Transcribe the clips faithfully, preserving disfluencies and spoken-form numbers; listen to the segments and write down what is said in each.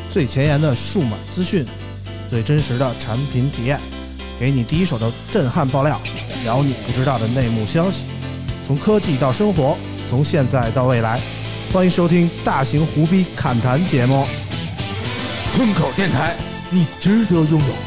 最前沿的数码资讯，最真实的产品体验，给你第一手的震撼爆料，聊你不知道的内幕消息，从科技到生活，从现在到未来。欢迎收听大型胡逼侃谈节目。 村口电台，你值得拥有。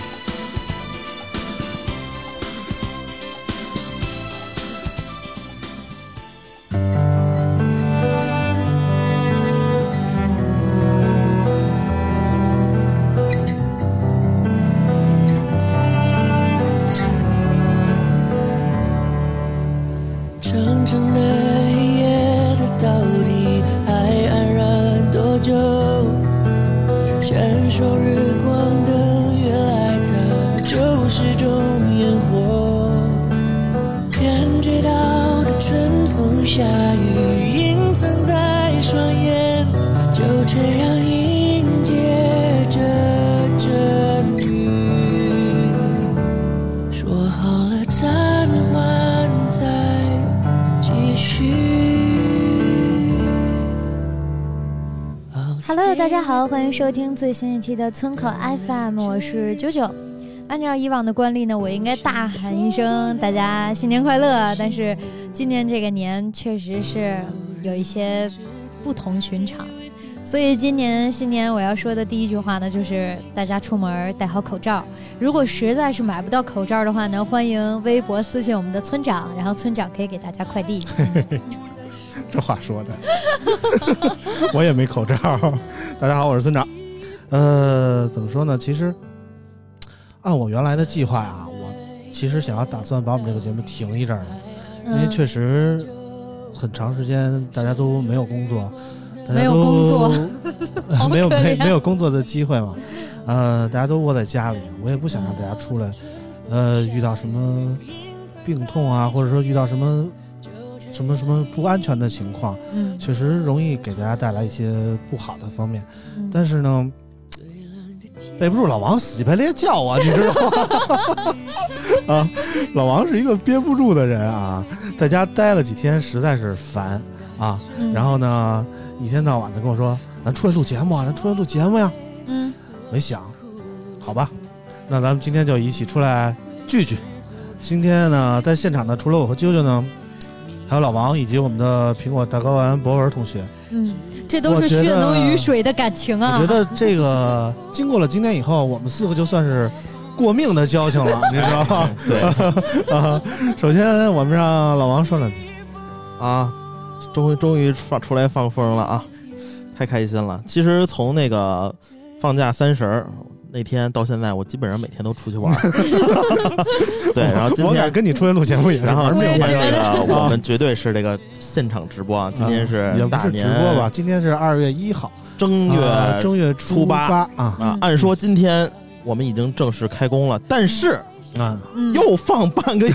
Hello， 大家好，欢迎收听最新一期的村口 F M， 我是九九。按照以往的惯例呢，我应该大喊一声大家新年快乐，但是今年这个年确实是有一些不同寻常，所以今年新年我要说的第一句话呢，就是大家出门戴好口罩。如果实在是买不到口罩的话呢，欢迎微博私信我们的村长，然后村长可以给大家快递。 这话说的我也没口罩。大家好，我是村长。呃怎么说呢，其实按我原来的计划啊，我其实想要打算把我们这个节目停一阵的、嗯、因为确实很长时间大家都没有工作，大家都没有工作没有没没有工作的机会嘛，呃大家都窝在家里，我也不想让大家出来呃遇到什么病痛啊，或者说遇到什么什么什么不安全的情况，嗯，确实容易给大家带来一些不好的方面，嗯、但是呢，背不住老王死乞白咧叫啊，你知道吗？啊，老王是一个憋不住的人啊，在家待了几天，实在是烦啊，嗯、然后呢，一天到晚的跟我说，咱出来录节目啊，咱出来录节目呀，嗯，我一想，好吧，那咱们今天就一起出来聚聚。今天呢，在现场呢，除了我和啾啾呢。还有老王以及我们的苹果大睾丸博文同学， 嗯，这都是血浓于水的感情啊！ 我觉得这个经过了今天以后，我们四个就算是过命的交情了，你知道吗？ 对啊，首先我们让老王说两句啊，终于终于放出来放风了啊，太开心了！其实从那个放假三十儿那天到现在，我基本上每天都出去玩。对，然后今天跟你出来录节目也是， 然后今天这个我们绝对是这个现场直播啊！今天是大年、 啊、直播吧？今天是二月一号， 正月、 啊、正月初八啊啊、 嗯！按说今天我们已经正式开工了，但是啊，嗯、又放半个月。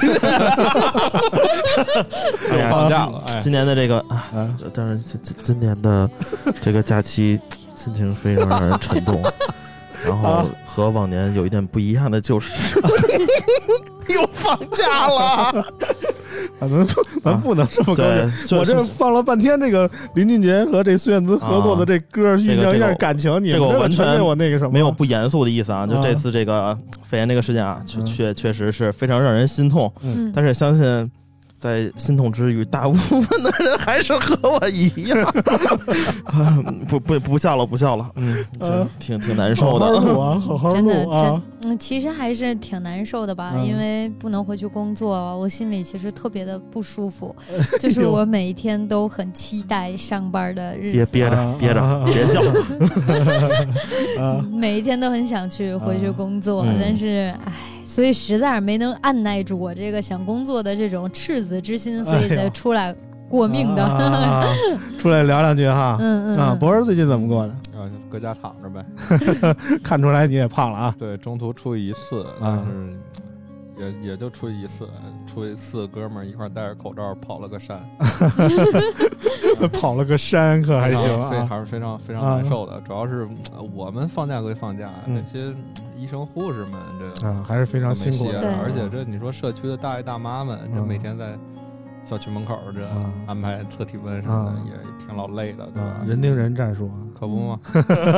哎呀，放假了！哎、今年的这个啊，当然今今年的这个假期心情非常让人沉重。然后和往年有一点不一样的就是、啊、又放假了， 咱们咱不能这么高兴。我这放了半天这个林俊杰和这孙燕姿合作的这歌，酝酿一下感情，你这个完全没有那个什么， 没有不严肃的意思啊。就这次这个肺炎这个事件啊，确确确实是非常让人心痛。嗯，但是相信。在心痛之余，大部分的人还是和我一样，啊、不不不笑了，不笑了，嗯，挺挺难受的， 好好录啊，好好录啊， 真的真嗯，其实还是挺难受的吧，嗯、因为不能回去工作了，我心里其实特别的不舒服，就是我每一天都很期待上班的日子， 别憋着憋着，啊、别笑， 每一天都很想去回去工作，啊、但是唉。所以实在是没能按耐住我这个想工作的这种赤子之心，所以才出来过命的。哎啊、出来聊两句哈。嗯嗯。啊，博儿最近怎么过的？ 啊，搁家躺着呗。 看出来你也胖了啊。 对，中途出去一次，但是也也就出去一次，出去四个哥们儿一块戴着口罩跑了个山。 跑了个山可还行啊， 非还是非常非常难受的。啊、主要是我们放假归放假，嗯、这些医生护士们这啊还是非常辛苦的。 而且这你说社区的大爷大妈们，这每天在小区门口这安排测体温什么的、啊、也挺老累的，对吧？ 啊、人盯人战术啊， 可不嘛。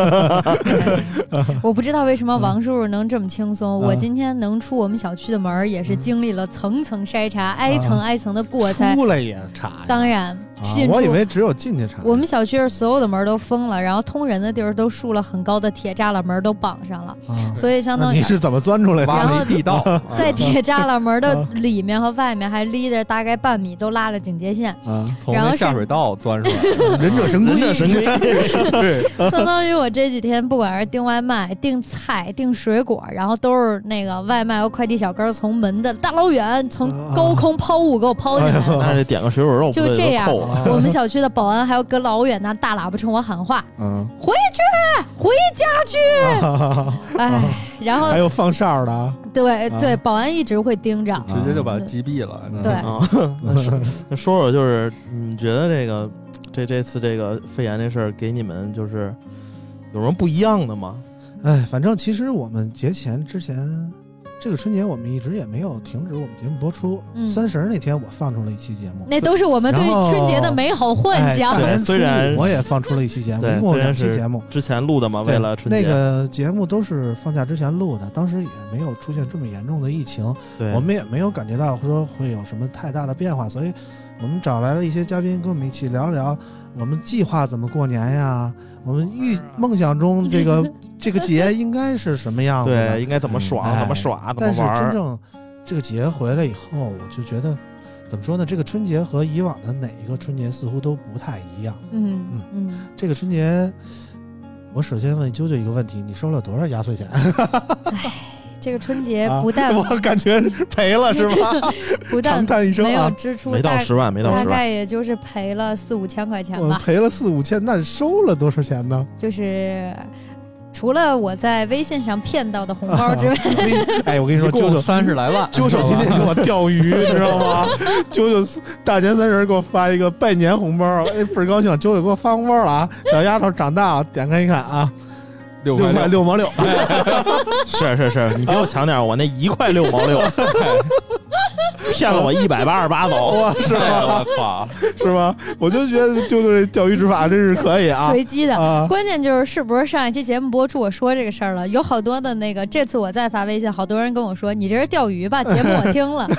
我不知道为什么王叔叔能这么轻松、嗯，我今天能出我们小区的门，也是经历了层层筛查，嗯、挨层挨层的过才。 出来也查呀。 当然。 啊、我以为只有进去查。 我们小区是所有的门都封了，然后通人的地儿都竖了很高的铁栅栏门，都绑上了，啊、所以相当于你是怎么钻出来的？ 然后地道在铁栅栏门的里面和外面还离着大概半米，都拉了警戒线。 啊， 从那下水道钻出来， 忍者神龟，忍者神龟。 对，相当于我这几天不管是订外卖、订菜、订水果，然后都是那个外卖和快递小哥从门的大老远从高空抛物给我抛进来。 那得点个水果肉， 就这样。我们小区的保安还要隔老远拿大喇叭冲我喊话：“嗯，回去，回家去。”哎，然后还有放哨的啊。 对对，保安一直会盯着， 直接就把他击毙了。 对， 那说说说，就是你觉得这个这这次这个肺炎这事儿给你们就是有什么不一样的吗？ 哎，反正其实我们节前之前。这个春节我们一直也没有停止我们节目播出。嗯、三十那天我放出了一期节目， 那都是我们对春节的美好幻想。 哎、 虽然我也放出了一期节目，一共两期节目， 之前录的嘛，为了春节那个节目都是放假之前录的，当时也没有出现这么严重的疫情， 对， 我们也没有感觉到说会有什么太大的变化，所以我们找来了一些嘉宾跟我们一起聊聊我们计划怎么过年呀，我们预梦想中这个这个节应该是什么样子的， 对，应该怎么爽、嗯、怎么耍、 哎、怎么玩。但是真正这个节回来以后，我就觉得怎么说呢，这个春节和以往的哪一个春节似乎都不太一样。 嗯嗯嗯， 这个春节我首先问啾啾一个问题，你收了多少压岁钱？ 这个春节不但、 啊、我感觉赔了是吧？ 不但没有支出， 没到十万，没到十万， 大概也就是赔了四五千块钱吧。 我赔了四五千，那收了多少钱呢？ 就是除了我在微信上骗到的红包之外， 哎，我跟你说，啾啾三十来万， 啾啾天天给我钓鱼，你知道吗？啾啾大年三十给我发一个拜年红包，哎，倍儿高兴。啾啾给我发红包了啊！小丫头长大了，点开一看啊。 六块六毛六， 是是是，你比我强点，我那一块六毛六，骗了我一百八十八走， 哇，是吗？ 哇， 是吗？我就觉得就这钓鱼执法真是可以啊， 随机的、 啊。 关键就是是不是上一期节目播出我说这个事儿了？有好多的那个，这次我再发微信，好多人跟我说你这是钓鱼吧？节目我听了，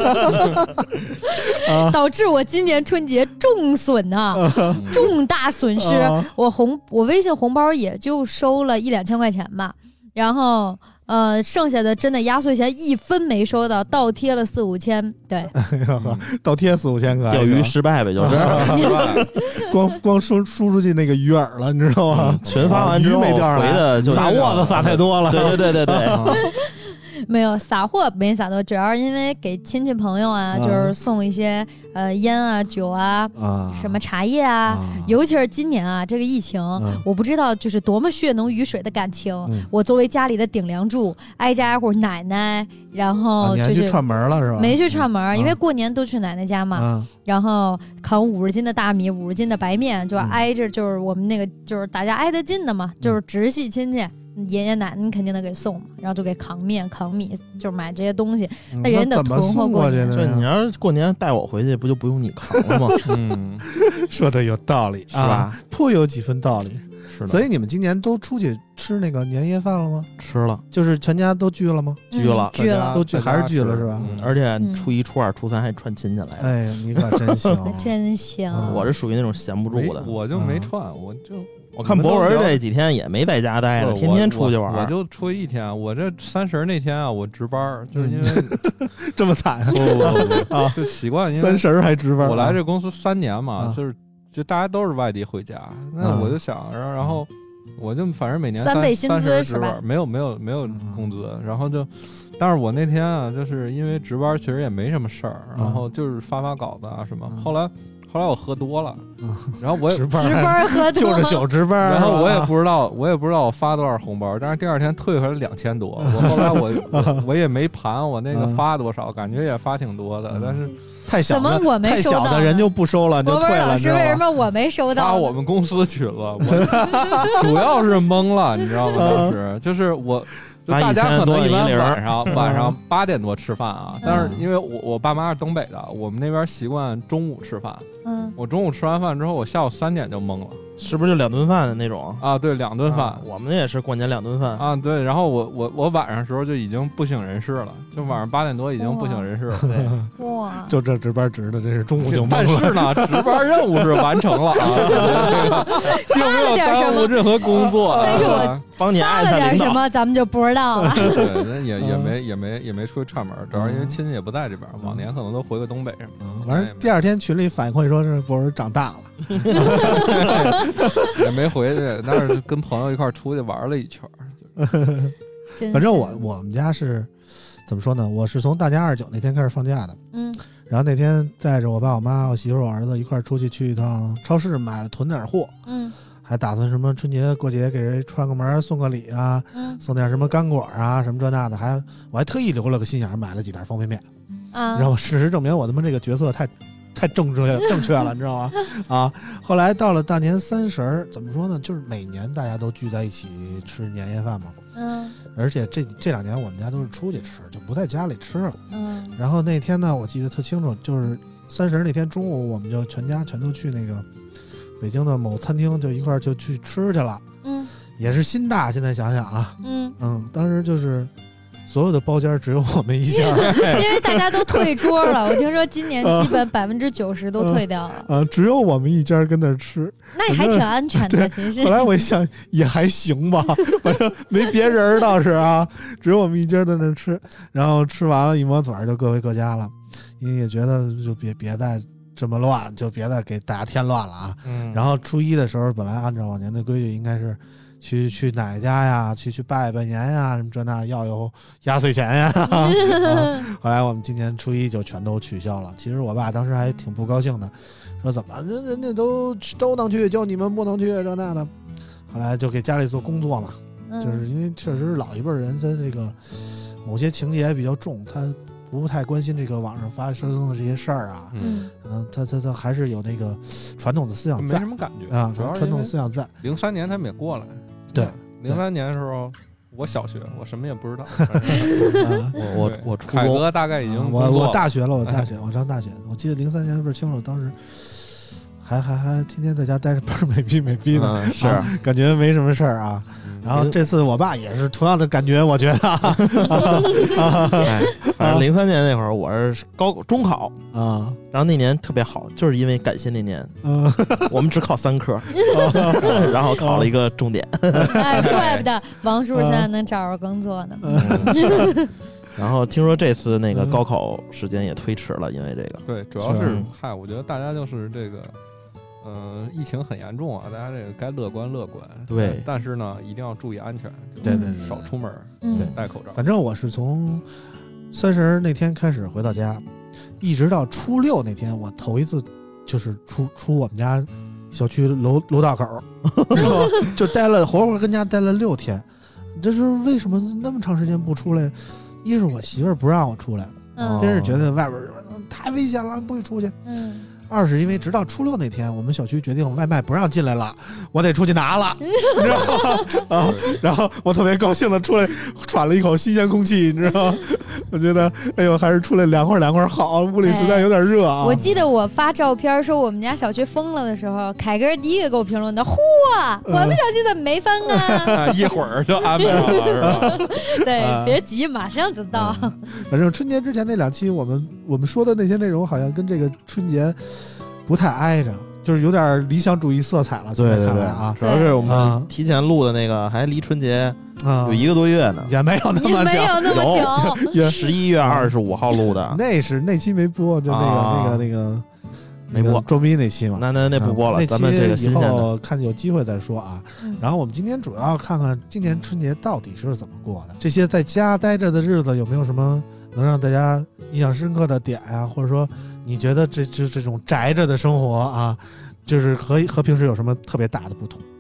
啊、导致我今年春节重损呐、啊，重大损失。啊、我红我微信红包也就收了一两千块钱吧，然后呃，剩下的真的压岁钱一分没收到，倒贴了四五千。对， 哎呀，倒贴四五千可钓鱼失败呗，就是光光输输出去那个鱼饵了，你知道吗？ 嗯、群发完之后回的就撒沃子撒太多了， 对对对对对。 没有撒货没撒多，主要是因为给亲戚朋友啊，啊就是送一些呃烟啊、酒啊、啊什么茶叶啊, 啊，尤其是今年啊这个疫情、啊，我不知道就是多么血浓于水的感情。嗯、我作为家里的顶梁柱，挨家挨户奶奶，然后就是、啊、 你还去串门了是吧？ 没去串门、啊，因为过年都去奶奶家嘛。啊、然后扛五十斤的大米，五十斤的白面，就挨着就是我们那个就是大家挨得近的嘛，嗯、就是直系亲戚。爷爷奶奶肯定得给送嘛，然后就给扛面扛米，就是买这些东西。那、嗯、人得囤货过年。 这你要是过年带我回去，不就不用你扛了吗？ 嗯，说的有道理， 是吧？啊、 颇有几分道理。 是的。 所以你们今年都出去吃那个年夜饭了吗？ 吃了， 就是全家都聚了吗？ 聚了， 聚了， 都聚还是聚了是吧？ 嗯、而且初一、初二、初三还串亲戚来。 哎呀，你可真行， 真行！ 我是属于那种闲不住的， 我就没串，我就。 我看博文这几天也没在家待着，天天出去玩。 我, 我, 我就出一天，我这三十那天啊，我值班，就是因为这么惨， 不不不啊，就习惯。因为三十还值班。 我来这公司三年嘛，啊、就是就大家都是外地回家，那我就想，然后然后我就反正每年三倍薪资是吧？没有没有没有工资，然后就，但是我那天啊，就是因为值班，其实也没什么事儿，然后就是发发稿子啊什么，后来。后来我喝多了，然后我也值班， 值班喝多了，就着酒值班。 然后我也不知道，我也不知道我发多少红包，但是第二天退回来两千多。我后来我我, 我也没盘我那个发多少，感觉也发发挺多的，但是太小的，怎么我没收到？ 太小的人就不收了，就退了。 老师为什么我没收到？ 发我们公司群了，我主要是懵了，你知道吗？当时就是我。 就大家可能一般晚上嗯、 晚上八点多吃饭啊，但是因为我我爸妈是东北的，我们那边习惯中午吃饭。嗯，我中午吃完饭之后，我下午三点就懵了。 是不是就两顿饭的那种啊？对，两顿饭、啊。 我们也是过年两顿饭啊。对，然后我我我晚上的时候就已经不省人事了，就晚上八点多已经不省人事了。 对， 哇， 就这值班值的，真是中午就懵了。 但是呢，值班任务是完成了啊，并没有耽误任何工作。 但是我帮你发了点什么，咱们就不知道了。 对，那也也没也没也没出去串门，主要因为亲戚也不在这边，往年可能都回个东北什么的。 完事第二天群里反馈说是博儿长大了。 也没回去，但是跟朋友一块出去玩了一圈。 反正我我们家是怎么说呢？我是从大年二十九那天开始放假的， 嗯， 然后那天带着我爸、我妈、我媳妇、我儿子一块出去去一趟超市，买了囤点货， 嗯， 还打算什么春节过节给人串个门、送个礼啊， 嗯， 送点什么干果啊，什么这那的，还我还特意留了个心眼，买了几袋方便面， 啊， 然后事实证明我他妈这个角色太。太正确正确了，你知道吗？啊，后来到了大年三十儿，怎么说呢？就是每年大家都聚在一起吃年夜饭嘛。 嗯。 而且这这两年我们家都是出去吃，就不在家里吃了。 嗯。 然后那天呢，我记得特清楚，就是三十那天中午，我们就全家全都去那个北京的某餐厅，就一块就去吃去了。 嗯。 也是心大，现在想想啊。 嗯。 嗯，当时就是。所有的包间只有我们一家， 因为大家都退桌了。我听说今年基本百分之九十都退掉了。 啊，只有我们一家跟那吃， 那也还挺安全的。其实后来我一想也还行吧，反正没别人倒是啊，只有我们一家在那吃。然后吃完了，一抹嘴就各回各家了，因为也觉得就别别再这么乱，就别再给大家添乱了啊。 嗯。 然后初一的时候，本来按照往年的规矩，应该是。去去奶奶家呀，去去拜拜年呀，什么这那要有压岁钱呀、啊。后来我们今年初一就全都取消了。其实我爸当时还挺不高兴的，说怎么人人家都都能去，就你们不能去这那的。后来就给家里做工作嘛， 嗯、 就是因为确实老一辈人他这个某些情节比较重，他不太关心这个网上发生的这些事儿啊。 嗯， 嗯，他他他还是有那个传统的思想在， 没什么感觉啊，传统思想在。 零三年他们也过来。 对， 零三年的时候，我小学，我什么也不知道。 我我我初凯哥大概已经、 啊、我我大学了，我大学我上大学，我记得零三年倍儿清楚，当时还还还天天在家待着，倍儿美逼美逼的， 嗯、是、 啊、感觉没什么事儿啊。然后这次我爸也是同样的感觉，我觉得。 哎，反正零三年那会儿我是高中考啊， 然后那年特别好，就是因为感谢那年， 啊、 我们只考三科，然后考了一个重点。 哎，怪不得王叔现在能找着工作呢。 嗯、然后听说这次那个高考时间也推迟了，因为这个。 对，主要是嗨，我觉得大家就是这个。嗯、呃，疫情很严重啊，大家这个该乐观乐观。 对， 但是呢，一定要注意安全， 对对， 少出门， 嗯， 戴口罩。 反正我是从三十那天开始回到家，一直到初六那天，我头一次就是出出我们家小区楼楼道口，然后就待了活活跟家待了六天。这是为什么那么长时间不出来？一是我媳妇儿不让我出来， 嗯， 真是觉得外边太危险了，不许出去。 嗯。 二是因为直到初六那天，我们小区决定外卖不让进来了，我得出去拿了，你知道吗？啊，然后我特别高兴的出来，喘了一口新鲜空气，你知道吗？我觉得，哎呦，还是出来凉快凉快好，屋里实在有点热啊。 哎、我记得我发照片说我们家小区封了的时候，凯哥第一个给我评论的，嚯，我们小区怎么没封啊？ 一会儿就安排好了，是吧？ 对，啊、别急，马上就到。 嗯、反正春节之前那两期，我们我们说的那些内容，好像跟这个春节不太挨着，就是有点理想主义色彩了。 对对对啊， 主要是我们提前录的那个还离春节有一个多月呢， 也没有那么久， 也没有那么久，十一月二十五号录的， 那是那期没播，就那个、啊、那个那个没播装逼那期嘛。 那那那不播了， 啊、 咱们这个新鲜的，看有机会再说啊。嗯、然后我们今天主要看看今年春节到底是怎么过的，这些在家待着的日子有没有什么能让大家印象深刻的点啊，或者说你觉得这这这种宅着的生活啊，就是和和平时有什么特别大的不同？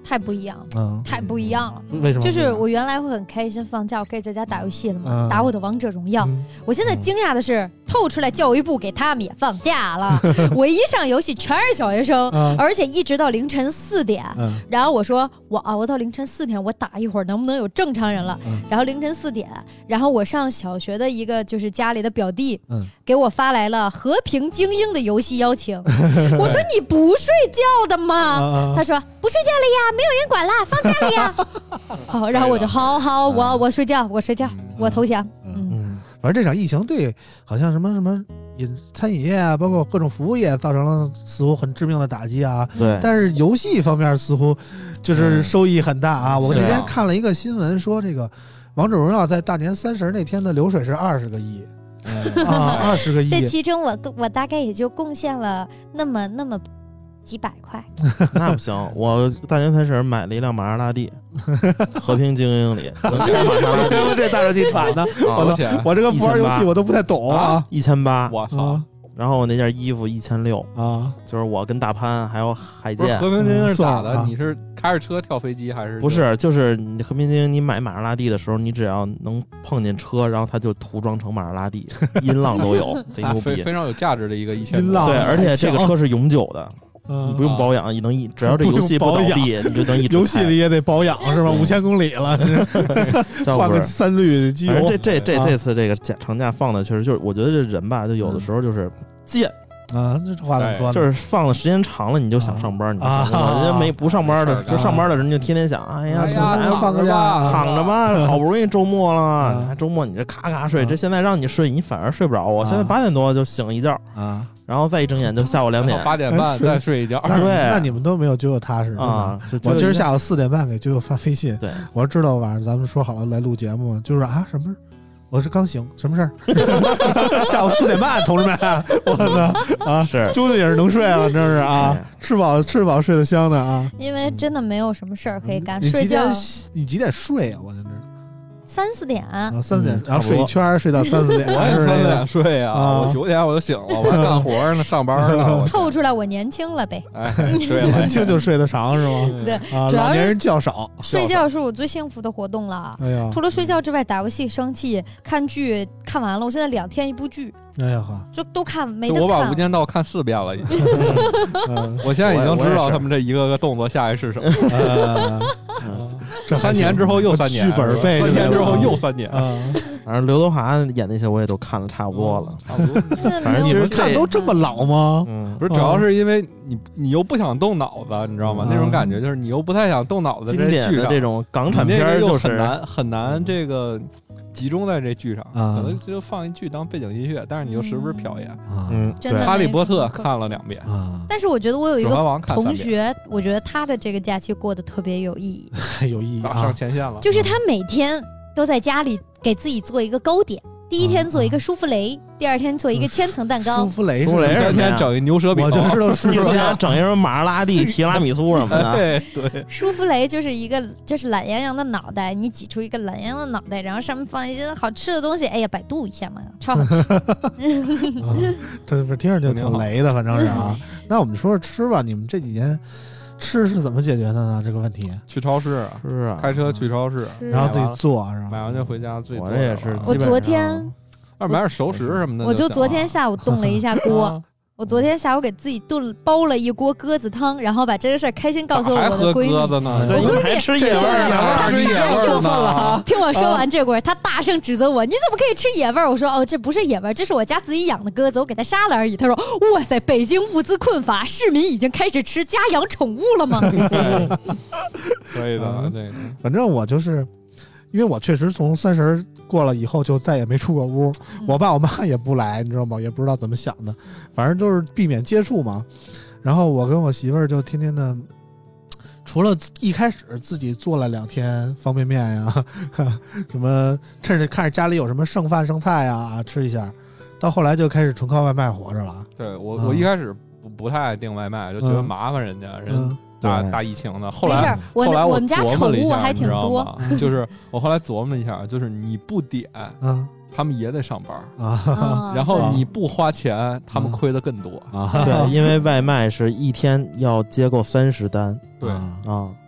太不一样了， 嗯， 太不一样了。 为什么？ 就是我原来会很开心放假，我可以在家打游戏了嘛， 嗯、 打我的王者荣耀。 嗯、 我现在惊讶的是，透出来教育部给他们也放假了。我一上游戏全是小学生，嗯、而且一直到凌晨四点。嗯、然后我说我熬到凌晨四点，我打一会儿能不能有正常人了？嗯、然后凌晨四点，然后我上小学的一个就是家里的表弟，嗯、给我发来了和平精英的游戏邀请。我说你不睡觉的吗？嗯、他说不睡觉了呀，没有人管啦，放假了呀。好，然后我就好好，我我睡觉，我睡觉，我投降。嗯嗯，反正这场疫情对好像什么什么饮餐饮业啊，包括各种服务业造成了似乎很致命的打击啊。 对， 但是游戏方面似乎就是收益很大啊。嗯、我那天看了一个新闻说，这个王者荣耀在大年三十那天的流水是二十个亿。啊，二十个亿。 这其中我我大概也就贡献了那么那么几百块。 那不行，我大年三十买了一辆玛莎拉蒂，和平精英里能开玛莎拉蒂。 这大手机传的，我都我这个不玩游戏我都不太懂啊。 一千八， 我操！ 然后我那件衣服一千六啊， 就是我跟大潘还有海健。 和平精英是咋的？啊、你是开着车跳飞机还是？ 不是，就是你和平精英，你买玛莎拉蒂的时候，你只要能碰见车，然后它就涂装成玛莎拉蒂，音浪都有，贼牛逼， 非常有价值的一个一千。 音浪对，而且这个车是永久的。嗯、你不用保养，你能一只要这游戏不倒闭，你就能一直开。 游戏里也得保养是吧？五千公里了，换个三滤机油。 这这这这次这个假长假放的，确实就是我觉得这人吧，就有的时候就是贱。 啊，这话怎么说呢？ 就是放的时间长了，你就想上班，你就上班。人家没不上班的，就上班的人就天天想，哎呀， 放个假， 躺着吧，好不容易周末了，还周末你这咔咔睡，这现在让你睡，你反而睡不着。我现在八点多就醒一觉啊，然后再一睁眼就下午两点， 八点半再睡一觉。 对， 那你们都没有揪揪踏实啊？我今儿下午四点半给揪揪发微信， 对， 我说知道晚上咱们说好了来录节目，就是啊什么。我是刚醒，什么事儿？下午四点半，同志们，我操啊！ 是， 究竟也是能睡了，真是啊！吃饱吃饱睡得香的啊！ 因为真的没有什么事儿可以干， 嗯、 睡觉。 你几点睡啊？我真是三四点啊， 三四点，然后睡一圈，睡到三四点。 我也三四点睡啊， 啊我九点我就醒了，我还干活呢，上班呢。 透出来我年轻了呗。 哎，对， 年轻就睡得长是吗？ 对， 啊，老年人觉少。 睡觉是我最幸福的活动了。 哎呀， 除了睡觉之外，打游戏、生气、看剧，看完了，我现在两天一部剧。 哎呀哈， 就都看没得看。 我把《无间道》看四遍了，已经。我现在已经知道他们这一个个动作下一是什么。 这三年之后又三年， 剧本背， 三年之后又三年。 反正刘德华演那些我也都看了差不多了， 差不多。 反正你们看都这么老吗？ 嗯， 不是，主要是因为你你又不想动脑子，你知道吗？那种感觉就是你又不太想动脑子。 经典的这种港产片就是很难很难这个。集中在这剧上，可能就放一剧当背景音乐，但是你又时不时瞟一眼。 嗯， 真的。 哈利波特看了两遍， 但是我觉得我有一个同学，我觉得他的这个假期过得特别有意义， 有意义啊， 上前线了。 就是他每天都在家里给自己做一个糕点。第一天做一个舒芙蕾，第二天做一个千层蛋糕。 舒芙蕾， 舒芙蕾， 第三天整一牛舌饼， 我就知道舒芙蕾，整一什么玛莎拉蒂、提拉米苏什么的。 对对， 舒芙蕾就是一个就是懒洋洋的脑袋，你挤出一个懒洋洋的脑袋，然后上面放一些好吃的东西。哎呀，百度一下嘛，超好吃。 这不听着就挺雷的，反正是啊。那我们说说吃吧，你们这几年。吃是怎么解决的呢？这个问题， 去超市， 是啊， 开车去超市， 然后自己做，是吧？ 买完就回家自己做。 我也是， 我昨天， 要买点熟食什么的。 我就昨天下午动了一下锅。我昨天下午给自己炖煲了一锅鸽子汤，然后把这个事儿开心告诉了我的闺蜜。 鸽子呢？ 我闺蜜吃野味儿， 你太过分了！听我说完这会儿，她大声指责我：“你怎么可以吃野味儿？”我说：“哦，这不是野味儿，这是我家自己养的鸽子，我给它杀了而已。”她说：“哇塞，北京物资困乏，市民已经开始吃家养宠物了吗？” 可以的，这个反正我就是，因为我确实从三十过了以后就再也没出过屋， 嗯、 我爸我妈也不来，你知道吗？也不知道怎么想的，反正就是避免接触嘛。然后我跟我媳妇儿就天天的，除了一开始自己做了两天方便面呀，什么趁着看着家里有什么剩饭剩菜呀吃一下，到后来就开始纯靠外卖活着了。 对我，嗯、我一开始不不太爱订外卖，就觉得麻烦人家、嗯、人。嗯大大疫情的，后来没事，我后来我们家宠物还挺多， 就是我后来琢磨了一下，就是你不点， 嗯， 他们也得上班啊， 然后你不花钱，他们亏的更多啊。对，因为外卖是一天要接够三十单， 对啊，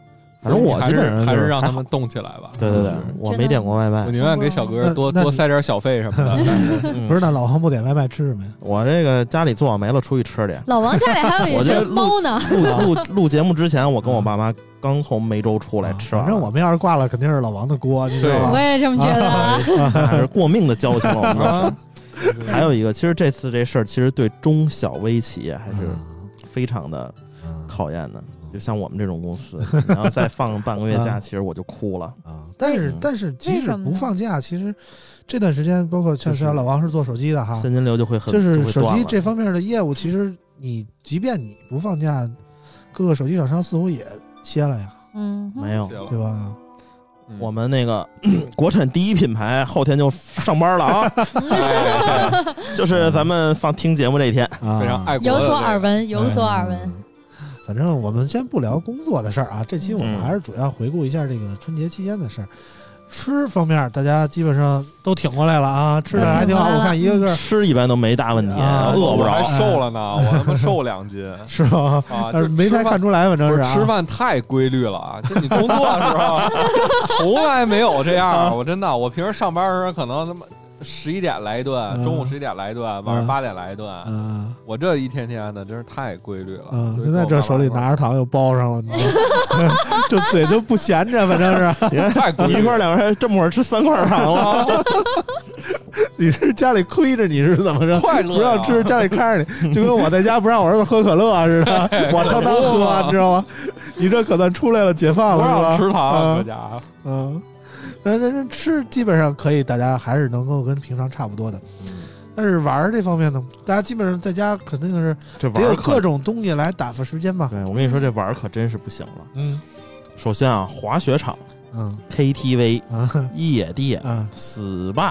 反正我基本上、就是、 还是让他们动起来吧。 对对对，我没点过外卖， 我宁愿给小哥多多塞点小费什么的。 不是，那老王不点外卖吃什么呀？ 我这个家里做没了，出去吃去。 老王家里还有一只猫呢。 录录录节目之前，我跟我爸妈刚从梅州出来吃、啊。 反正我们要是挂了，肯定是老王的锅，你知道吗？ 我也这么觉得、啊， 还是过命的交情。我们还有一个，其实这次这事儿，其实对中小微企业还是非常的考验的。就像我们这种公司，然后再放半个月假，其实我就哭了啊。但是但是即使不放假，其实这段时间，包括像像老王是做手机的哈， 现金流就会很， 就是手机这方面的业务，其实你即便你不放假，各个手机厂商似乎也歇了呀。 嗯， 没有， 对吧？ 我们那个国产第一品牌后天就上班了啊，就是咱们放听节目这一天， 非常爱国， 有所耳闻，有所耳闻。 反正我们先不聊工作的事儿啊，这期我们还是主要回顾一下这个春节期间的事儿。吃方面，大家基本上都挺过来了啊，吃的还挺好。我看一个个吃一般都没大问题， 啊、 饿不着， 还瘦了呢，我他妈瘦两斤， 是吧？ 啊， 但是没太看出来，反正是、啊、 吃饭太规律了啊！就你工作的时候，从来没有这样。我真的，我平时上班的时候可能他妈十一点来一顿， 嗯、 中午十一点来一顿，晚上八点来一顿。 嗯， 我这一天天的真是太规律了。 嗯，现在这手里拿着糖又包上了，你这嘴就不闲着，反正是太规律。 一块两块这么会儿吃三块糖了。 你是家里亏着你是怎么着？ 快乐、啊、 不让吃，家里看着你，就跟我在家不让我儿子喝可乐似的，我当当喝，你知道吗？你这可算出来了，解放了是吧？ 不让吃糖，搁家。 嗯。那那吃基本上可以，大家还是能够跟平常差不多的。嗯，但是玩这方面呢，大家基本上在家肯定是得有各种东西来打发时间吧。 对，我跟你说，这玩可真是不行了。 嗯， 首先啊，滑雪场， 嗯 ，K T V， 嗯， 夜店， 嗯 ，S P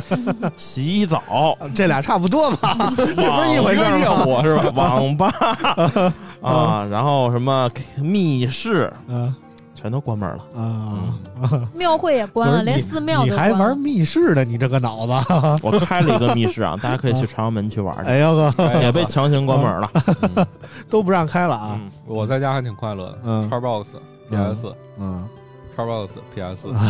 A， 洗澡， 这俩差不多吧？这不是一回事吗？是吧？ 网吧啊，然后什么密室， 嗯。 全都关门了啊！ 嗯、庙会也关了，连寺庙都关了。 你还玩密室的？你这个脑子！ 我开了一个密室啊，大家可以去朝阳门去玩。 哎呦哥， 也被强行关门了， 嗯、都不让开了啊！ 嗯、我在家还挺快乐的。 嗯 ，Xbox、P S， 嗯 ，Xbox、P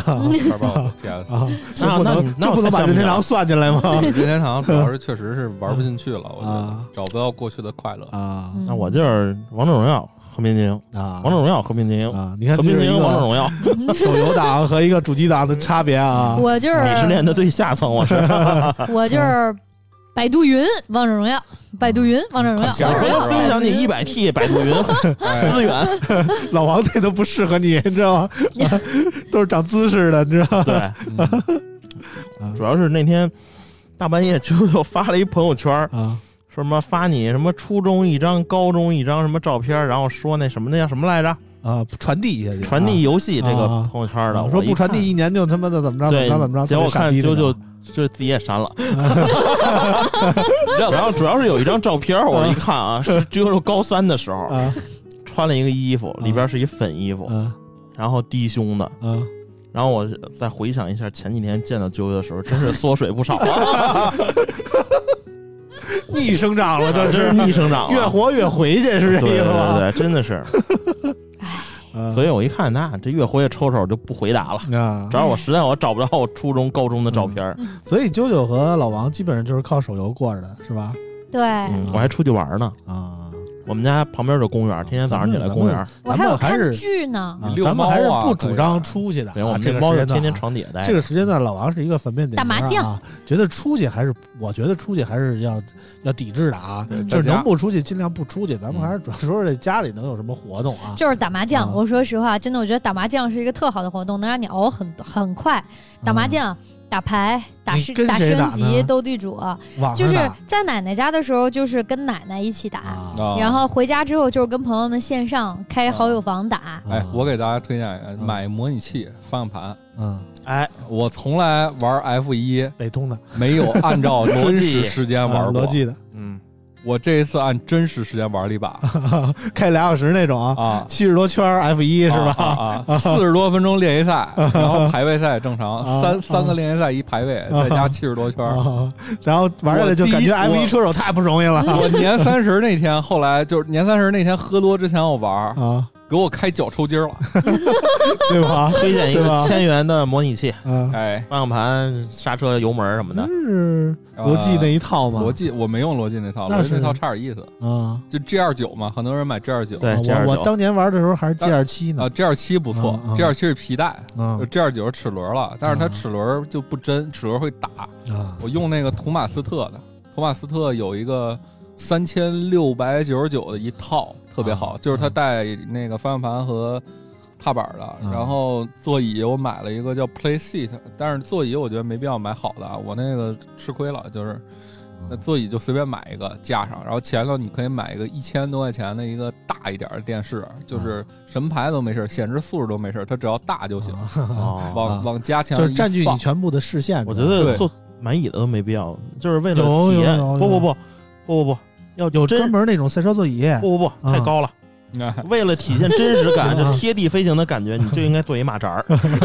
S，Xbox、P S， 这不能这不能把任天堂算进来吗？ 任天堂主要是确实是玩不进去了，我觉得找不到过去的快乐啊。 那我就是王者荣耀。和平精英啊， 王者荣耀和平精英啊，你看和平精英王者荣耀手游党和一个主机党的差别啊。 我就是鄙视链的最下层，我是我就是百度云王者荣耀，百度云王者荣耀， 我分享你一百 T 百度云资源， 老王这都不适合你，你知道吗？都是长姿势的，你知道吗？ 对，嗯、主要是那天大半夜就就发了一朋友圈啊。说什么发你什么初中一张，高中一张什么照片，然后说那什么那叫什么来着啊？传递一下， 传递游戏这个朋友圈的， 啊、说不传递一年就他妈的怎么着怎么着怎么着。 结果我看就就就自己也删了。然后主要是有一张照片，我一看啊，是就是高三的时候、啊、穿了一个衣服，里边是一粉衣服，啊、然后低胸的。 啊然后我再回想一下前几年见到啾啾的时候，真是缩水不少啊。 逆生长了，这是逆生长了， 越活越回去，是这意思吗？ 对对对，真的是。所以我一看，那这越活越抽抽就不回答了。只要我实在我找不着我初中、高中的照片， 嗯、所以啾啾和老王基本上就是靠手游过着的，是吧？ 对、 嗯，我还出去玩呢啊。 我们家旁边的公园，天天早上起来公园。 我还有看剧呢， 啊、咱们还是不主张出去的。 对，我们这猫就天天床底下待。 这个时间段，老王是一个反面典型、啊。 打麻将， 觉得出去还是，我觉得出去还是要要抵制的啊。就是能不出去尽量不出去，咱们还是主要说这家里能有什么活动啊？ 就是打麻将。 啊、 我说实话，真的，我觉得打麻将是一个特好的活动，能让你熬很很快。打麻将。嗯打牌、打升打升级、斗地主，就是在奶奶家的时候，就是跟奶奶一起打，啊、然后回家之后就是跟朋友们线上开好友房打。 啊、哎，我给大家推荐一个，买模拟器、方向盘。 嗯， 哎，我从来玩 F 一北通的， 没有按照真实时间玩过逻辑的。 嗯。我这一次按真实时间玩了一把， 开俩小时那种啊，啊，七十多圈 F 一是吧？ 啊，四、啊、十多分钟练习赛，然后排位赛正常，啊、三三个练习赛一排位，啊、再加七十多圈、 啊，然后玩下来就感觉 F 一车手太不容易了。 我年三十那天，后来就是年三十那天喝多之前我玩啊。 给我开脚抽筋了， 对吧？ 推荐一个千元的模拟器， 嗯， 哎， 方向盘、刹车、油门什么的， 是罗技那一套吗？ 罗技我没用罗技那套，罗技那套差点意思啊。 就 G 二九嘛，很多人买 G 二九， 对， 我我当年玩的时候还是 G 二七呢。 啊 ，G 二七不错 ，G 二七是皮带，G 二九是齿轮了，但是它齿轮就不真，齿轮会打。我用那个图马斯特的，图马斯特有一个三千六百九十九的一套。特别好，就是它带那个方向盘和踏板的，嗯、然后座椅我买了一个叫 Play Seat， 但是座椅我觉得没必要买好的，我那个吃亏了，就是那座椅就随便买一个架上，然后前头你可以买一个一千多块钱的一个大一点的电视，就是什么牌都没事，显示素质都没事，它只要大就行，哦、往往加强就是占据你全部的视线。 我觉得坐买椅子都没必要，就是为了体验。不不不不不不。 要有专门那种赛车座椅， 不不不，太高了。嗯、为了体现真实感，就贴地飞行的感觉，你就应该做一马扎儿。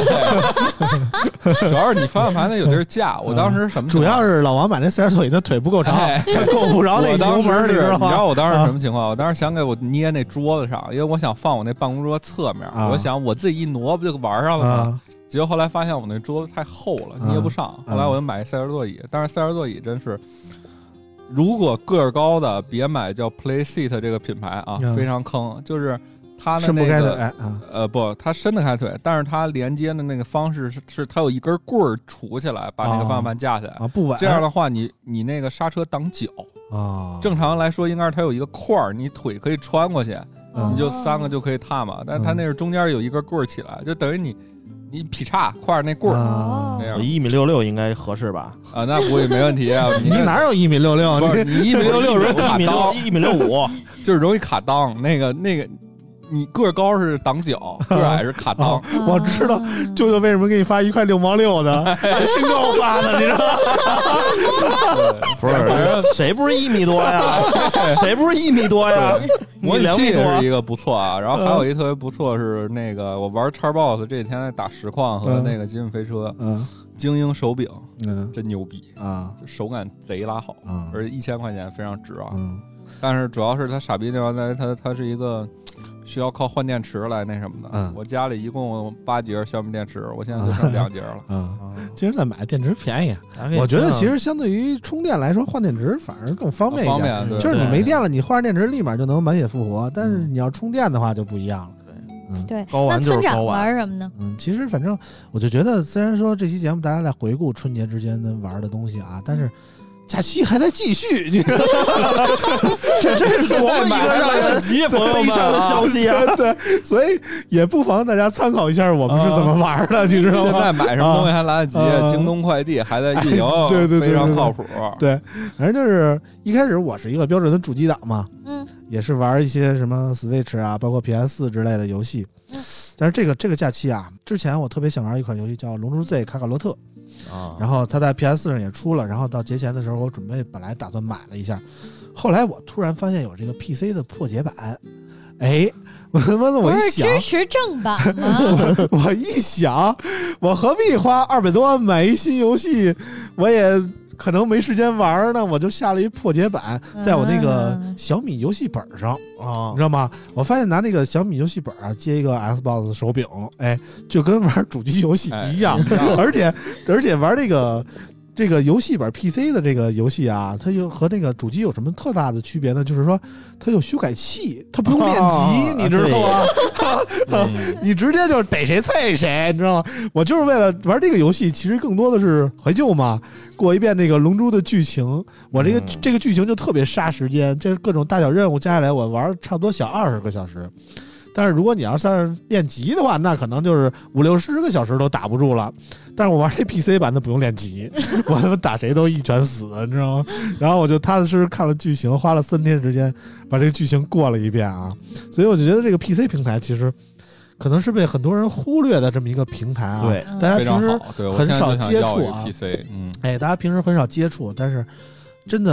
主要是你方向盘那有地儿架，我当时什么？ 主要是老王买那赛车座椅，他腿不够长，哎、他够不着那油门，你知道吗？ 你知道我当时什么情况？我当时想给我捏那桌子上，因为我想放我那办公桌侧面，啊、我想我自己一挪不就玩上了吗？啊、结果后来发现我那桌子太厚了，捏不上。啊、后来我就买赛车座椅，但是赛车座椅真是。如果个儿高的，别买叫 Play Seat 这个品牌啊，嗯、非常坑。就是它的那个， 啊、 呃，不，它伸得开腿，但是它连接的那个方式是，是它有一根棍儿杵起来，把那个方向盘架起来啊，不稳。 这样的话，你你那个刹车挡脚啊。正常来说，应该是它有一个块儿，你腿可以穿过去，嗯、你就三个就可以踏嘛。但是它那是中间有一根棍儿起来，就等于你。你劈叉挎着那棍儿， 啊、 那样我一米六六应该合适吧？ 啊，那估计没问题啊。 你, 你哪有一米六六？ 不是你一米六六容易卡裆， 一米六五就是容易卡裆。那个那个，你个儿高是挡脚，个儿矮是卡裆。 啊、我知道舅舅为什么给你发一块六毛六的，新购发的，你知道吗？ 不是，谁不是一米多呀？谁不是一米多呀？ 模拟器是一个不错啊，然后还有一特别不错是那个我玩 Xbox 这几天在打实况和那个极品飞车，嗯，精英手柄，嗯，真牛逼啊，就手感贼拉好，嗯，而且一千块钱非常值啊，嗯，但是主要是它傻逼地方在于它它是一个需要靠换电池来那什么的，嗯，我家里一共八节小米电池，我现在就剩两节了， 嗯，其实再买电池便宜，我觉得其实相对于充电来说，换电池反而更方便一点， 方便， 就是你没电了，你换上电池立马就能满血复活，但是你要充电的话就不一样了。 嗯、对， 高玩就是高玩。 那村长玩什么呢？ 嗯，其实反正我就觉得，虽然说这期节目大家在回顾春节之间的玩的东西啊，但是假期还在继续，你知道吗？这真是多么一个让人极悲伤的消息啊！对，所以也不妨大家参考一下我们是怎么玩的，你知道吗？ 现在买什么东西还来得及，啊、京东快递还在运营， 哎、对对对， 非常靠谱。 对，反正就是一开始我是一个标准的主机党嘛，嗯，也是玩一些什么 Switch 啊，包括 P S 四 之类的游戏。但是这个这个假期啊，之前我特别想玩一款游戏叫《龙珠 Z 卡卡罗特》。啊，然后它在 P S 四 上也出了，然后到节前的时候，我准备本来打算买了一下，后来我突然发现有这个 P C 的破解版，哎，我他妈的我一想， 不是支持正版吗？ 我, 我一想，我何必花二百多万买一新游戏，我也可能没时间玩呢，我就下了一破解版，在我那个小米游戏本上啊，你知道吗？我发现拿那个小米游戏本啊接一个 Xbox 手柄，哎，就跟玩主机游戏一样，哎、而且而且玩这个这个游戏本 P C 的这个游戏啊，它就和那个主机有什么特大的区别呢？就是说它有修改器，它不用练级，啊、你知道吗？嗯、你直接就是逮谁菜谁，你知道吗？我就是为了玩这个游戏，其实更多的是怀旧嘛。过一遍那个龙珠的剧情，我这个、嗯、这个剧情就特别杀时间，这各种大小任务加起来，我玩差不多小二十个小时。但是如果你要是练级的话，那可能就是五六十个小时都打不住了。但是我玩这 P C 版的不用练级，我他妈打谁都一拳死，你知道吗？然后我就踏踏实实看了剧情，花了三天时间把这个剧情过了一遍啊。所以我就觉得这个 P C 平台其实可能是被很多人忽略的这么一个平台啊。 对， 大家平时很少接触啊。 P C， 嗯， 哎，大家平时很少接触，但是真的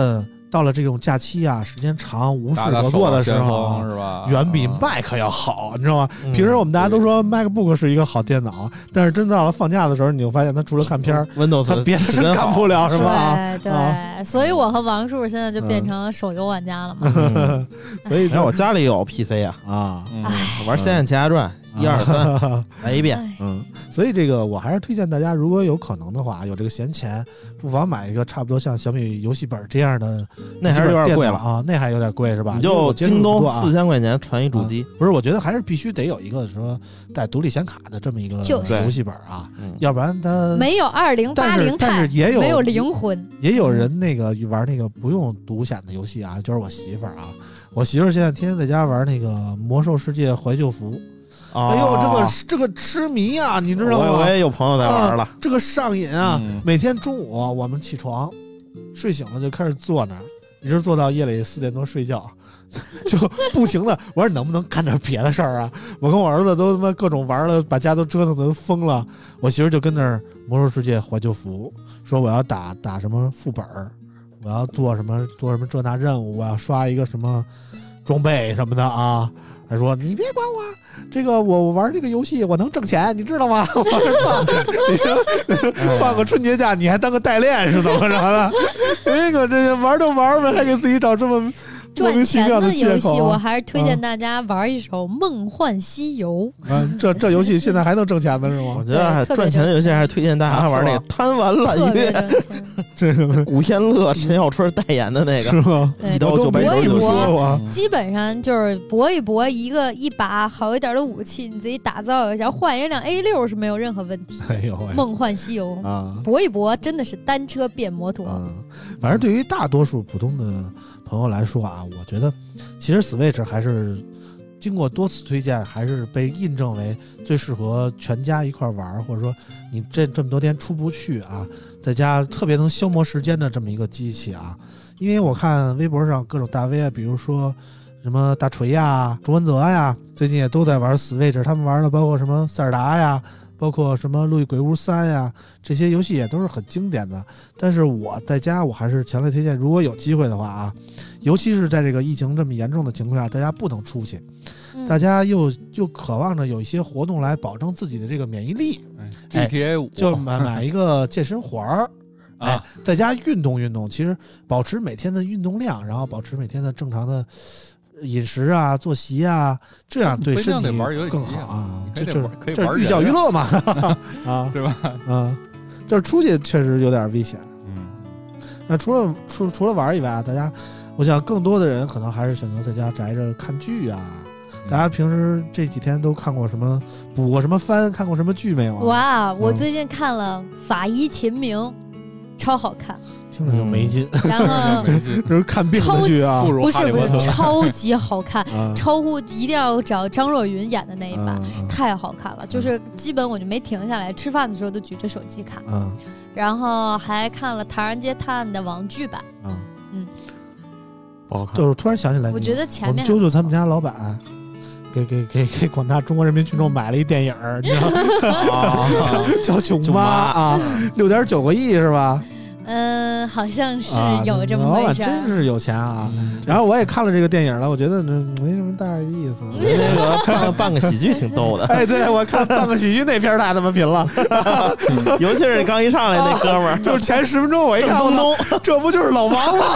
到了这种假期啊，时间长无事可做的时候， 是吧？ 远比 Mac 要好，你知道吗？嗯、平时我们大家都说 MacBook 是一个好电脑，但是真到了放假的时候，你就发现它除了看片儿 ，Windows 它别的是干不了，是吧？ 对对、啊，所以我和王叔现在就变成手游玩家了嘛。 嗯、所以我家里有 P C 啊啊，嗯、玩《仙剑奇侠传》。一二三，来一遍。 嗯，所以这个我还是推荐大家，如果有可能的话，有这个闲钱，不妨买一个差不多像小米游戏本这样的。 那还是有点贵了啊，那还有点贵是吧？ 你就京东四千块钱传一主机、 啊，不是？我觉得还是必须得有一个说带独立显卡的这么一个游戏本啊，嗯、要不然它没有二零八零， 但是也有没有灵魂。 也有人那个玩那个不用独显的游戏啊，就是我媳妇儿啊，我媳妇儿现在天天在家玩那个魔兽世界怀旧服。哎呦，这个这个痴迷啊，你知道吗？ 我也有朋友在玩了， 啊、这个上瘾啊！嗯、每天中午我们起床，睡醒了就开始坐那儿，一直坐到夜里四点多睡觉，就不停的。我说能不能干点别的事儿啊？我跟我儿子都他妈各种玩了，把家都折腾得疯了。我媳妇就跟那儿魔兽世界怀旧服，说我要打打什么副本，我要做什么做什么这那任务，我要刷一个什么装备什么的啊。还说你别管我，这个我我玩这个游戏我能挣钱，你知道吗？我说操，放个春节假你还当个代练是怎么着的？那个这玩就玩呗，还给自己找这么莫名其妙的借口。 我还是推荐大家玩一首《梦幻西游》。 嗯，这这游戏现在还能挣钱呢是吗？ 我觉得赚钱的游戏还是推荐大家玩那个《贪玩揽月》， 这个古天乐、陈小春代言的那个， 是吗？ 一刀九百九十九， 基本上就是搏一搏，一个一把好一点的武器，你自己打造一下，换一辆 A 六是没有任何问题。 哎呦， 梦幻西游啊， 搏一搏真的是单车变摩托。 嗯，反正对于大多数普通的朋友来说啊，我觉得其实 Switch 还是经过多次推荐，还是被印证为最适合全家一块玩，或者说你这这么多天出不去啊，在家特别能消磨时间的这么一个机器啊。因为我看微博上各种大 V 啊，比如说什么大锤呀、朱文泽呀，最近也都在玩 Switch， 他们玩的包括什么塞尔达呀，包括什么《路易鬼屋三》呀，这些游戏也都是很经典的。但是我在家我还是强烈推荐，如果有机会的话啊，尤其是在这个疫情这么严重的情况下，大家不能出去，嗯、大家又又渴望着有一些活动来保证自己的这个免疫力。 G T A 五、哎、 就买买一个健身环儿。哎，在家运动运动，其实保持每天的运动量，然后保持每天的正常的饮食啊、作息啊，这样对身体更好啊。这就是这寓教于乐嘛，啊， 对吧？ 啊，这出去确实有点危险。 嗯， 那除了除除了玩以外啊，大家，我想更多的人可能还是选择在家宅着看剧啊。大家平时这几天都看过什么？补过什么番？看过什么剧没有啊？ 哇，我最近看了《法医秦明》。超好看， 听着就没劲。 然后这是看病的剧啊， 不是不是，超级好看，超乎一定要找张若昀演的那一版，太好看了。就是基本我就没停下来，吃饭的时候都举着手机看。 嗯， 然后还看了《唐人街探案》的网剧版。 嗯嗯， 不好看。就是突然想起来， 我觉得前面啾啾他们家老板。给给给给广大中国人民群众买了一电影，你知道吗？叫《囧妈》啊，六点九个亿是吧？ 嗯，好像是有这么回事。 老板真是有钱啊！然后我也看了这个电影了，我觉得没什么大意思。 那个看半个喜剧挺逗的。 哎，对我看半个喜剧那片太他妈贫了， 尤其是你刚一上来那哥们儿， 就是前十分钟我一看， 东东， 这不就是老王吗？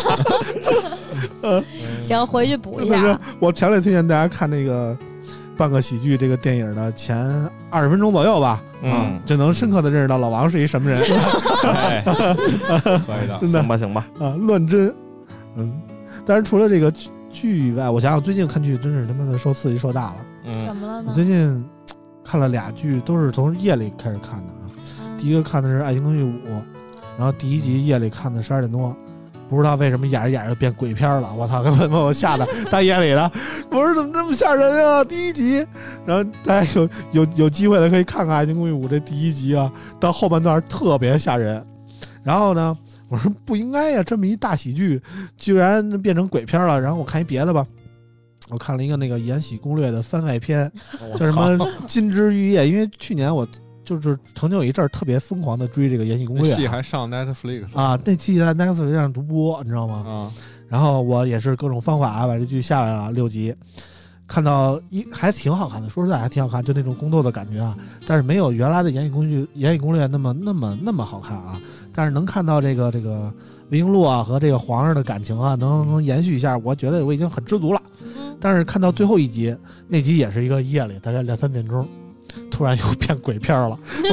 呃，行，回去补一下。 我强烈推荐大家看那个半个喜剧这个电影的前二十分钟左右吧， 嗯、 啊，就能深刻的认识到老王是一什么人。 哎、可以的， 真的行吧行吧啊，乱真。嗯，但是除了这个剧以外，我想想最近看剧真是他妈的受刺激受大了。 嗯， 怎么了呢？ 我最近看了俩剧，都是从夜里开始看的啊。嗯、第一个看的是《爱情公寓五》，然后第一集夜里看的十二点多。不知道为什么演着演着变鬼片了，我操！把我吓得大夜里的，我说怎么这么吓人啊？第一集，然后大家有有有机会的可以看看《爱情公寓五》这第一集啊，到后半段特别吓人。然后呢，我说不应该呀，这么一大喜剧居然变成鬼片了。然后我看一别的吧，我看了一个那个《延禧攻略》的番外篇，叫什么《金枝玉叶》，因为去年我。 就是曾经有一阵儿特别疯狂的追这个《延禧攻略》， 戏还上 Netflix 啊，那戏在 Netflix 上独播，你知道吗？ 啊， 然后我也是各种方法把这剧下来了六集，看到一还挺好看的，说实在还挺好看，就那种宫斗的感觉啊，但是没有原来的《延禧攻略》《延禧攻略》那么那么那么好看啊，但是能看到这个这个魏璎珞啊和这个皇上的感情啊，能能延续一下，我觉得我已经很知足了。但是看到最后一集，那集也是一个夜里，大概两三点钟。突然又变鬼片了，我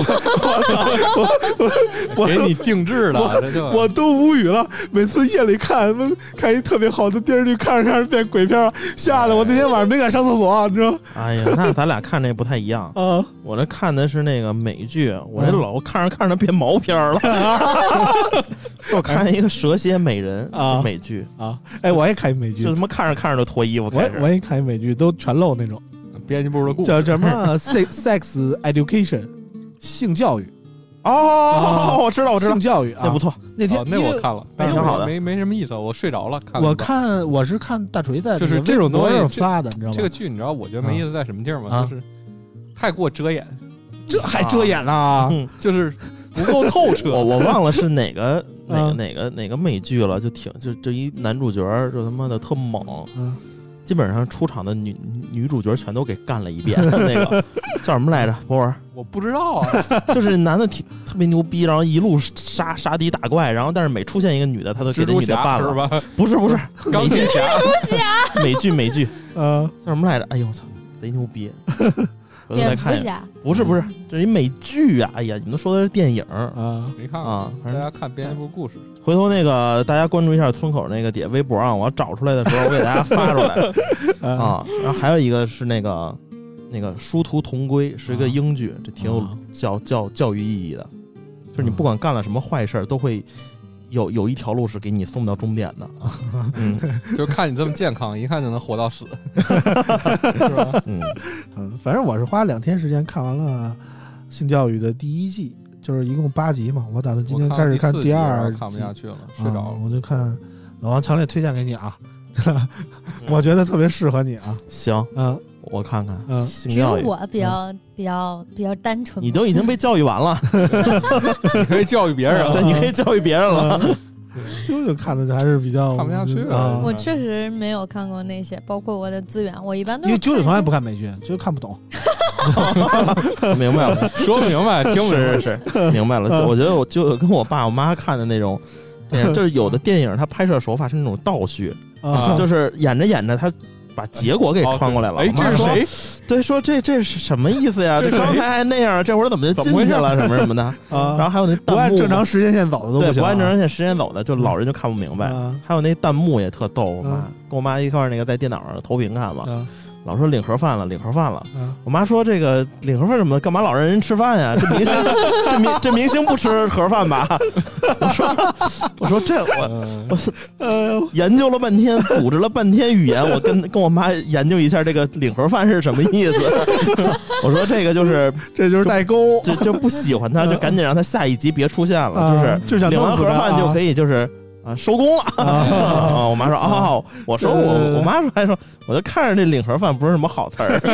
操！我给你定制的，这就我都无语了。每次夜里看看一特别好的电视剧，看着看着变鬼片了，吓得我那天晚上没敢上厕所、啊，你知道？ 哎呀，那咱俩看这不太一样啊！我这看的是那个美剧，我这老看着看着变毛片了。我看一个蛇蝎美人啊，美剧啊，哎，我也看一美剧， 就他妈看着看着就脱衣服开始。 我我也看一美剧，都全露那种。 编辑部的故事叫什么 ？sex sex education， 性教育。 哦，哦我知道，我知道， 性教育啊， 那不错。 那天、 哦、那我看了， 但是挺好的， 没没什么意思，我睡着了。看我看我是看大锤在就是这种东西发的，你知道吗？ 这个剧你知道，我觉得没意思在什么地儿吗？啊、就是太过遮掩， 这还遮掩了、啊嗯，就是不够透彻。 我我忘了是哪个哪个哪个哪个美剧了，就挺就这一男主角就他妈的特猛。嗯，基本上出场的女女主角全都给干了一遍，那个叫什么来着？博文， 我不知道啊。 就是男的挺特别牛逼，然后一路杀杀敌打怪，然后但是每出现一个女的，他都给这女的办了， 是吧？ 不是不是， 钢铁侠， 美剧美剧， 呃， 叫什么来着？哎呦我操，贼牛逼！ 蝙蝠侠不是不是，这是一美剧啊！哎呀，你们都说的是电影啊，没看啊， 大家看编辑部故事。 回头那个大家关注一下村口那个底下微博啊，我要找出来的时候我给大家发出来啊。然后还有一个是那个那个殊途同归，是一个英剧，这挺有教教教育意义的，就是你不管干了什么坏事都会。有有一条路是给你送到终点的， 嗯，就是看你这么健康，一看就能活到死，是吧？ 嗯嗯，反正我是花两天时间看完了性教育的第一季，就是一共八集嘛。我打算今天开始看第二季， 看不下去了，睡着了、 啊。我就看老王，强烈推荐给你啊，我觉得特别适合你啊。 行， 嗯。 我看看， 嗯， 只有我比较、嗯、比较比较单纯。 你都已经被教育完了， 你可以教育别人了， 对，你可以教育别人了。 啾啾看的还是比较看不下去啊。 我确实没有看过那些，包括我的资源，我一般都是因为啾啾从来不看美剧，啾啾看不懂。 明白了， 说明白，听不是是是，明白了。我觉得我就跟我爸我妈看的那种电影，就是有的电影它拍摄手法是那种倒叙， 啊、 就是演着演着它。把结果给穿过来了。 哎，这是谁？ 对，说这这是什么意思呀？这刚才还那样，这会儿怎么就进去了？什么什么的啊？然后还有那不按正常时间线走的都不行， 不按正常线时间走的，就老人就看不明白。还有那弹幕也特逗，我妈跟我妈一块儿那个在电脑上投屏看嘛。老说领盒饭了，领盒饭了。嗯、我妈说这个领盒饭什么的，干嘛老让人吃饭呀？这明星，这明这明星不吃盒饭吧？我说，我说这我我呃研究了半天，组织了半天语言，我跟跟我妈研究一下这个领盒饭是什么意思。我说这个就是这就是代沟， 就就不喜欢他，就赶紧让他下一集别出现了，就是、 啊、就想领完盒饭就可以就是。啊，收工了！啊，我妈说哦，我说我我妈说还说，我就看着这领盒饭不是什么好词儿，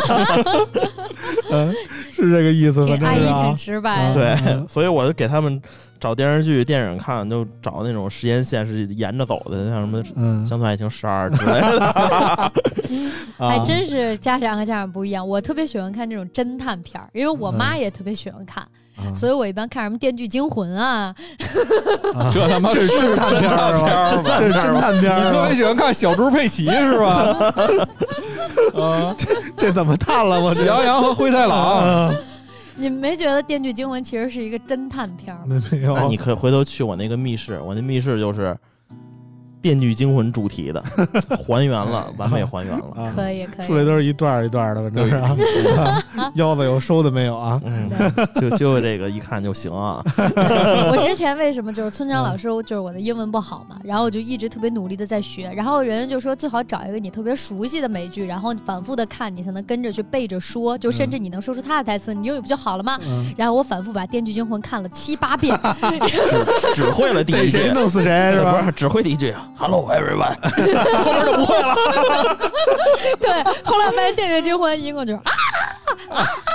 嗯，是这个意思。 挺阿姨挺直白的， 对，所以我就给他们找电视剧、电影看，就找那种时间线是沿着走的，像什么《乡村爱情十二》之类的。 还真是家长和家长不一样。我特别喜欢看这种侦探片，因为我妈也特别喜欢看。嗯、所以我一般看什么《电锯惊魂》啊， 啊这他妈是侦探片儿，这是侦探片儿。 你特别喜欢看小猪佩奇是吧？ 啊，这这怎么探了？我喜羊羊和灰太狼。 啊、 你们没觉得《电锯惊魂》其实是一个侦探片吗？ 没有。 那你可以回头去我那个密室，我那密室就是。电锯惊魂主题的，还原了，完美还原了， 啊、可以可以， 出来都是一段一段的，反正是啊，腰子有收的没有啊？ 嗯，就就这个一看就行啊。 我之前为什么就是村长老师，就是我的英文不好嘛，然后我就一直特别努力的在学，然后人家就说最好找一个你特别熟悉的美剧，然后反复的看，你才能跟着去背着说，就甚至你能说出他的台词，你英语不就好了吗？嗯、然后我反复把《电锯惊魂》看了七八遍， 只只会了第一句， 谁弄死谁是吧？ 不是，只会第一句。Hello everyone， 后面就不会了。 对，后来发现《电锯惊魂》一共就是啊啊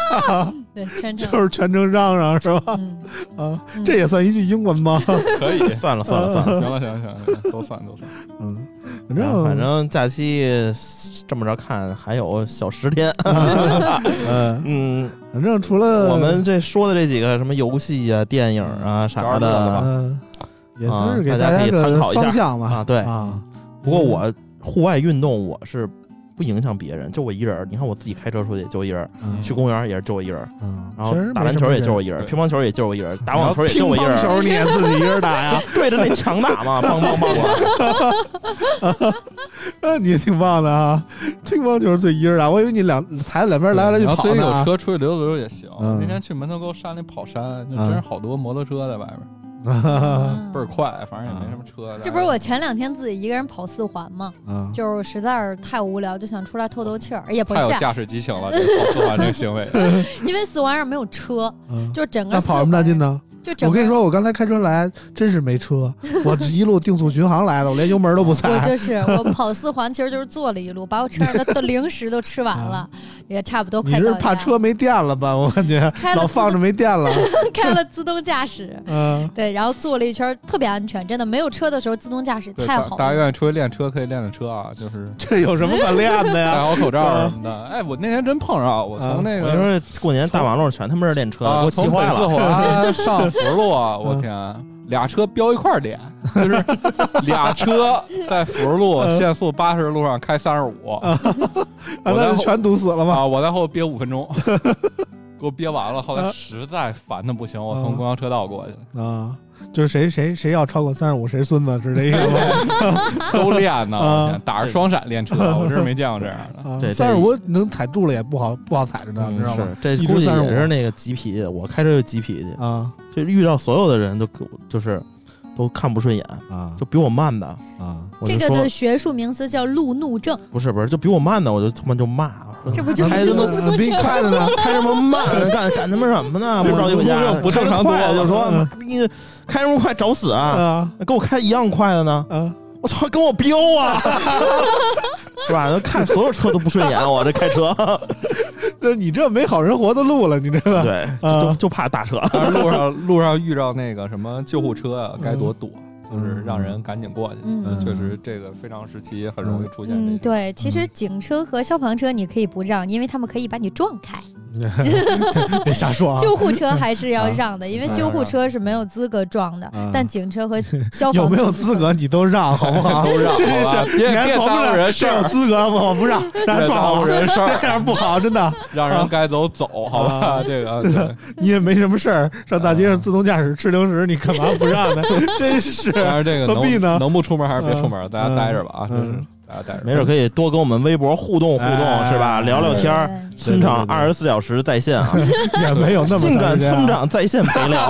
对，全程就是全程嚷嚷是吧？ 嗯、 啊，这也算一句英文吗？ 可以， 算了算了算了， 行了行了行了，都算都算。 嗯，反正反正假期这么着看还有小十天。 嗯嗯，反正除了我们这说的这几个什么游戏啊、电影啊啥的， 嗯，也是给大家可以参考一下方向嘛。 啊，对啊。 不过我户外运动我是不影响别人，就我一人。你看我自己开车出去就一人， 嗯、 去公园也是就我一人， 嗯， 然后打篮球也就我一人，乒乓球也就我一人，打网球也就我一人。 乒乓球你也自己一人打呀？ 对着那墙打嘛，梆梆梆啊，你也挺棒的啊！乒乓球最一人打，我以为你两台子两边来来去跑呢。 最近有车出去溜达溜达也行。嗯、那天去门头沟山里跑山，就真是好多摩托车在外边。 嗯、 倍儿快，反正也没什么车。 这不是我前两天自己一个人跑四环吗？ 嗯、 就是实在是太无聊，就想出来透透气儿，也不是。 太有驾驶激情了，这跑四环这个行为。 因为四环上没有车， 嗯、 就整个。 那跑什么大劲呢？ 就我跟你说，我刚才开车来真是没车，我一路定速巡航来的，我连油门都不踩。 我就是我跑四环，其实就是坐了一路，把我车上的的零食都吃完了，也差不多快到家。 你是怕车没电了吧？我感觉老放着没电了。 开了自动驾驶，嗯，对，然后坐了一圈，特别安全，真的没有车的时候自动驾驶太好了。 大家愿意出去练车可以练练车啊，就是这有什么可练的呀？ 戴好口罩什么的。哎，我那天真碰上，我从那个我说过年大马路全他妈是练车，给我气坏了。 从北四环上福禄，我。天，俩车飙一块儿点，就是俩车在福禄限速八十路上开三十五， 那就全堵死了吗？ 啊！我在后憋五分钟，给我憋完了。后来实在烦的不行，我从公交车道过去啊。就是谁谁谁要超过三十五，谁孙子是这意思吗？ 都练呢，啊、打着双闪练车，我真是没见过这样的。 这三十五能踩住了也不好不好踩着呢， 嗯、 知道吗？ 这估计也是那个急脾气，我开车就急脾气啊， 就遇到所有的人都就是都看不顺眼啊， 就比我慢的啊。 这个的学术名词叫路怒症。 不是不是，就比我慢的，我就他妈就骂。 这不就开他妈比你快的呢？ 开什么慢？干干他妈什么呢？不着急回家， 不正常快就说你开什么快找死啊！跟我开一样快的呢？我操，跟我飙啊！是吧？看所有车都不顺眼，我这开车， 这你这没好人活的路了，你这个对，就就怕大车。 路上路上遇到那个什么救护车啊，该多躲。就是让人赶紧过去，嗯，确实这个非常时期很容易出现这种。 嗯，对，其实警车和消防车你可以不让，因为他们可以把你撞开。 别瞎说啊！ 救护车还是要让的，因为救护车是没有资格撞的，但警车和消防有没有资格你都让，好不好？ 都让， 真是别别耽误人事儿。有资格我不让，让耽误人事儿， 这样不好，真的。 让人该走走，好吧？这个你也没什么事儿，上大街上自动驾驶吃零食，你干嘛不让呢？真是， 但是这个何必呢？ 能不出门还是别出门，大家待着吧啊！真是。 没准可以多跟我们微博互动互动， 哎、 是吧？聊聊天儿，村长二十四小时在线啊， 也没有那么性感村长在线陪聊。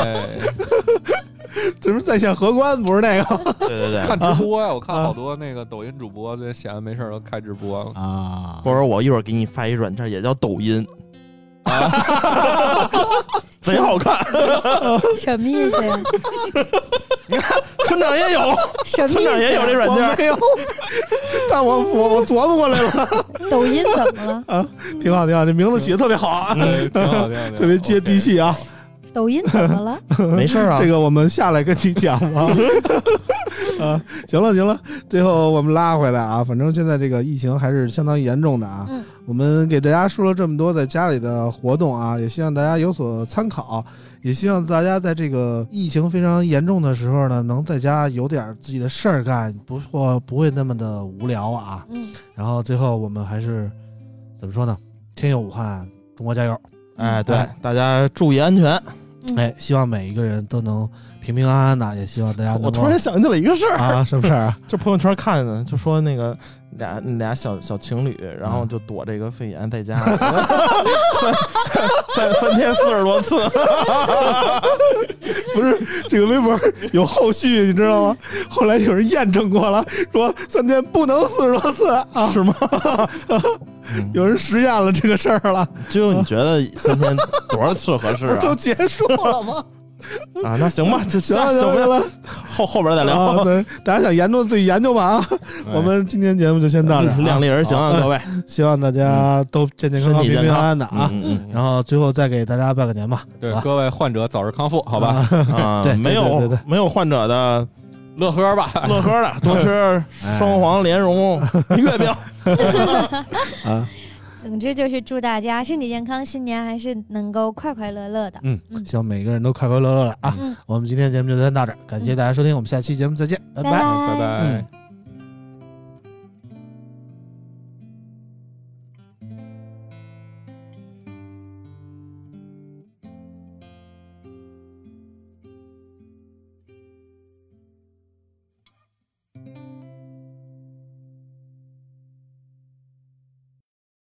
这不是在线荷官，不是那个？ 对对对， 看直播呀！我看好多那个抖音主播，这闲着没事都开直播啊。 或者我一会儿给你发一软件，也叫抖音。啊贼好看， 什么意思呀？ 你看，村长也有， 什么意思？ 村长也有这软件， 没有。但我我我琢磨过来了。 抖音怎么了？ 啊，挺好挺好，这名字起的特别好啊， 嗯、挺好挺好， 特别接地气啊。 抖音怎么了？ 没事啊， 这个我们下来跟你讲吧。啊，行了行了，最后我们拉回来啊，反正现在这个疫情还是相当严重的啊。 嗯， 我们给大家说了这么多在家里的活动啊，也希望大家有所参考，也希望大家在这个疫情非常严重的时候呢，能在家有点自己的事儿干，不说不会那么的无聊啊。 嗯， 然后最后我们还是怎么说呢？天佑武汉，中国加油！ 哎，对，哎、大家注意安全。 哎，希望每一个人都能平平安安的，也希望大家能。 我突然想起了一个事儿啊，什么事儿啊？ 就朋友圈看的，就说那个俩俩小小情侣，然后就躲这个肺炎在家，三三三天四十多次。 不是这个微博有后续，你知道吗？后来有人验证过了，说三天不能四十多次啊， 是吗？ 有人实验了这个事儿了。 只有你觉得三天多少次合适啊？ 都结束了吗？ 啊，那行吧，就行行了， 后后边再聊。 啊、对，大家想研究自己研究吧啊。我们今天节目就先到这， 量力而行啊，各位。 希望大家都健健康康、平平安安的啊。 嗯嗯。 然后最后再给大家拜个年吧。 对，各位患者早日康复，好吧？ 啊， 对， 没有没有患者的。 乐呵吧， 乐呵的，多吃双黄莲蓉月饼啊。 总之就是祝大家身体健康，新年还是能够快快乐乐的。 嗯，希望每个人都快快乐乐的啊。嗯、我们今天节目就先到这儿，感谢大家收听，我们下期节目再见，拜拜， 拜拜拜。嗯